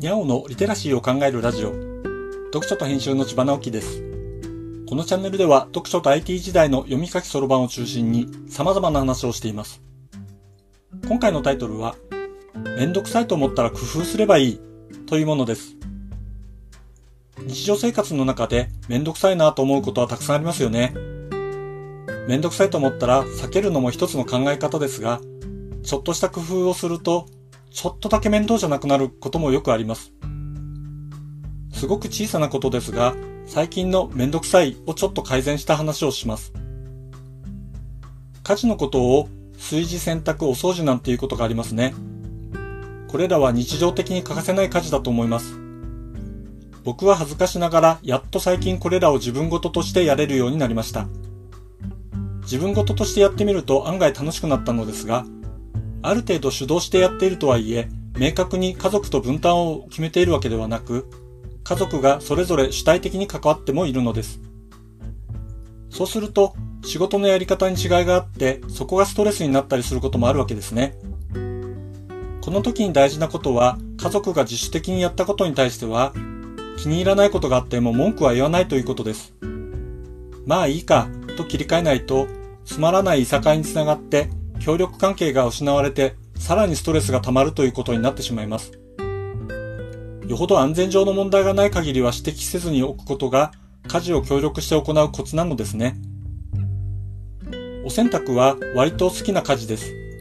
にゃおのリテラシーを考えるラジオ、読書と編集の千葉直樹です。このチャンネルでは読書と IT 時代の読み書きそろばんを中心に様々な話をしています。今回のタイトルは、めんどくさいと思ったら工夫すればいいというものです。日常生活の中でめんどくさいなと思うことはたくさんありますよね。めんどくさいと思ったら避けるのも一つの考え方ですが、ちょっとした工夫をすると、ちょっとだけ面倒じゃなくなることもよくあります。すごく小さなことですが、最近のめんどくさいをちょっと改善した話をします。家事のことを炊事、洗濯、お掃除なんていうことがありますね。これらは日常的に欠かせない家事だと思います。僕は恥ずかしながらやっと最近これらを自分事としてやれるようになりました。自分事としてやってみると案外楽しくなったのですが、ある程度主導してやっているとはいえ、明確に家族と分担を決めているわけではなく、家族がそれぞれ主体的に関わってもいるのです。そうすると、仕事のやり方に違いがあって、そこがストレスになったりすることもあるわけですね。この時に大事なことは、家族が自主的にやったことに対しては、気に入らないことがあっても文句は言わないということです。まあいいか、と切り替えないと、つまらないいさかいにつながって、協力関係が失われて、さらにストレスが溜まるということになってしまいます。よほど安全上の問題がない限りは指摘せずにおくことが、家事を協力して行うコツなのですね。お洗濯は割と好きな家事です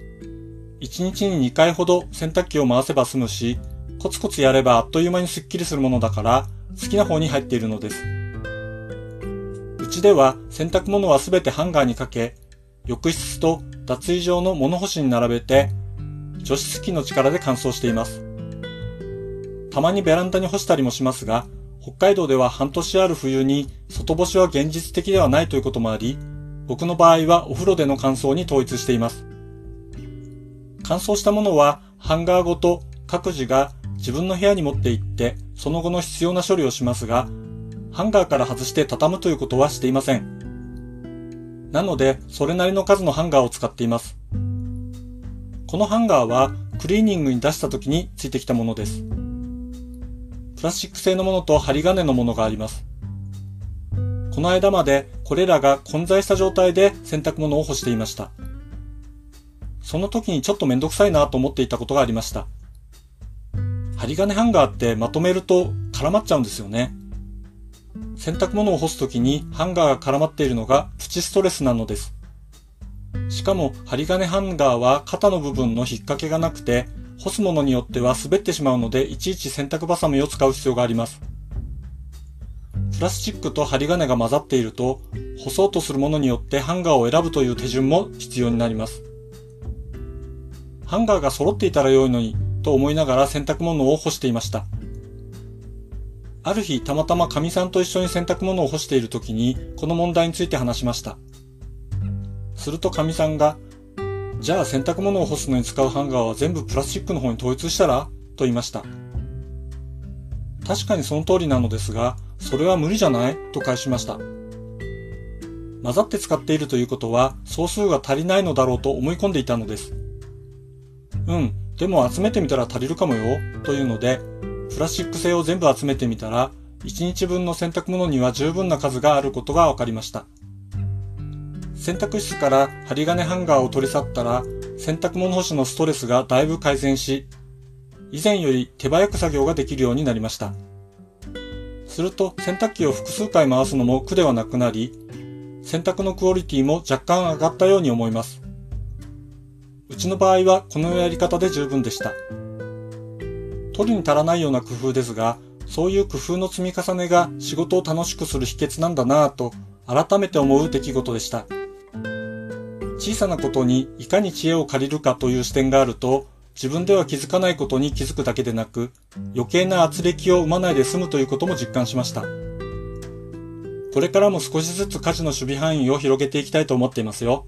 。1日に2回ほど洗濯機を回せば済むし、コツコツやればあっという間にスッキリするものだから、好きな方に入っているのです。うちでは洗濯物はすべてハンガーにかけ、浴室と脱衣場の物干しに並べて、除湿機の力で乾燥しています。たまにベランダに干したりもしますが、北海道では半年ある冬に外干しは現実的ではないということもあり、僕の場合はお風呂での乾燥に統一しています。乾燥したものはハンガーごと各自が自分の部屋に持って行って、その後の必要な処理をしますが、ハンガーから外して畳むということはしていません。なので、それなりの数のハンガーを使っています。このハンガーはクリーニングに出した時についてきたものです。プラスチック製のものと針金のものがあります。この間までこれらが混在した状態で洗濯物を干していました。その時にちょっとめんどくさいなと思っていたことがありました。針金ハンガーってまとめると絡まっちゃうんですよね。洗濯物を干すときにハンガーが絡まっているのがプチストレスなのです。しかも針金ハンガーは肩の部分の引っ掛けがなくて、干すものによっては滑ってしまうのでいちいち洗濯バサミを使う必要があります。プラスチックと針金が混ざっていると、干そうとするものによってハンガーを選ぶという手順も必要になります。ハンガーが揃っていたら良いのにと思いながら洗濯物を干していました。ある日たまたまかみさんと一緒に洗濯物を干している時にこの問題について話しました。するとかみさんが、じゃあ洗濯物を干すのに使うハンガーは全部プラスチックの方に統一したらと言いました。確かにその通りなのですが、それは無理じゃないと返しました。混ざって使っているということは総数が足りないのだろうと思い込んでいたのです。でも集めてみたら足りるかもよというので、プラスチック製を全部集めてみたら、1日分の洗濯物には十分な数があることが分かりました。洗濯室から針金ハンガーを取り去ったら、洗濯物干しのストレスがだいぶ改善し、以前より手早く作業ができるようになりました。すると洗濯機を複数回回すのも苦ではなくなり、洗濯のクオリティも若干上がったように思います。うちの場合はこのやり方で十分でした。取るに足らないような工夫ですが、そういう工夫の積み重ねが仕事を楽しくする秘訣なんだなぁと改めて思う出来事でした。小さなことにいかに知恵を借りるかという視点があると、自分では気づかないことに気づくだけでなく、余計な圧力を生まないで済むということも実感しました。これからも少しずつ家事の守備範囲を広げていきたいと思っていますよ。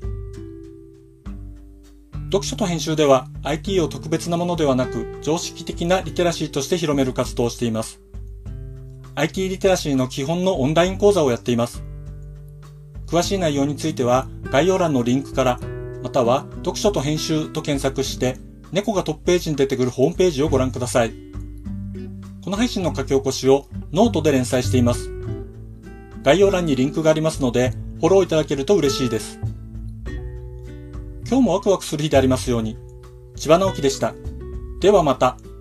読書と編集では IT を特別なものではなく常識的なリテラシーとして広める活動をしています。IT リテラシーの基本のオンライン講座をやっています。詳しい内容については概要欄のリンクから、または読書と編集と検索して猫がトップページに出てくるホームページをご覧ください。 この配信の書き起こしをノートで連載しています。概要欄にリンクがありますので、フォローいただけると嬉しいです。今日もワクワクする日でありますように。千葉直樹でした。ではまた。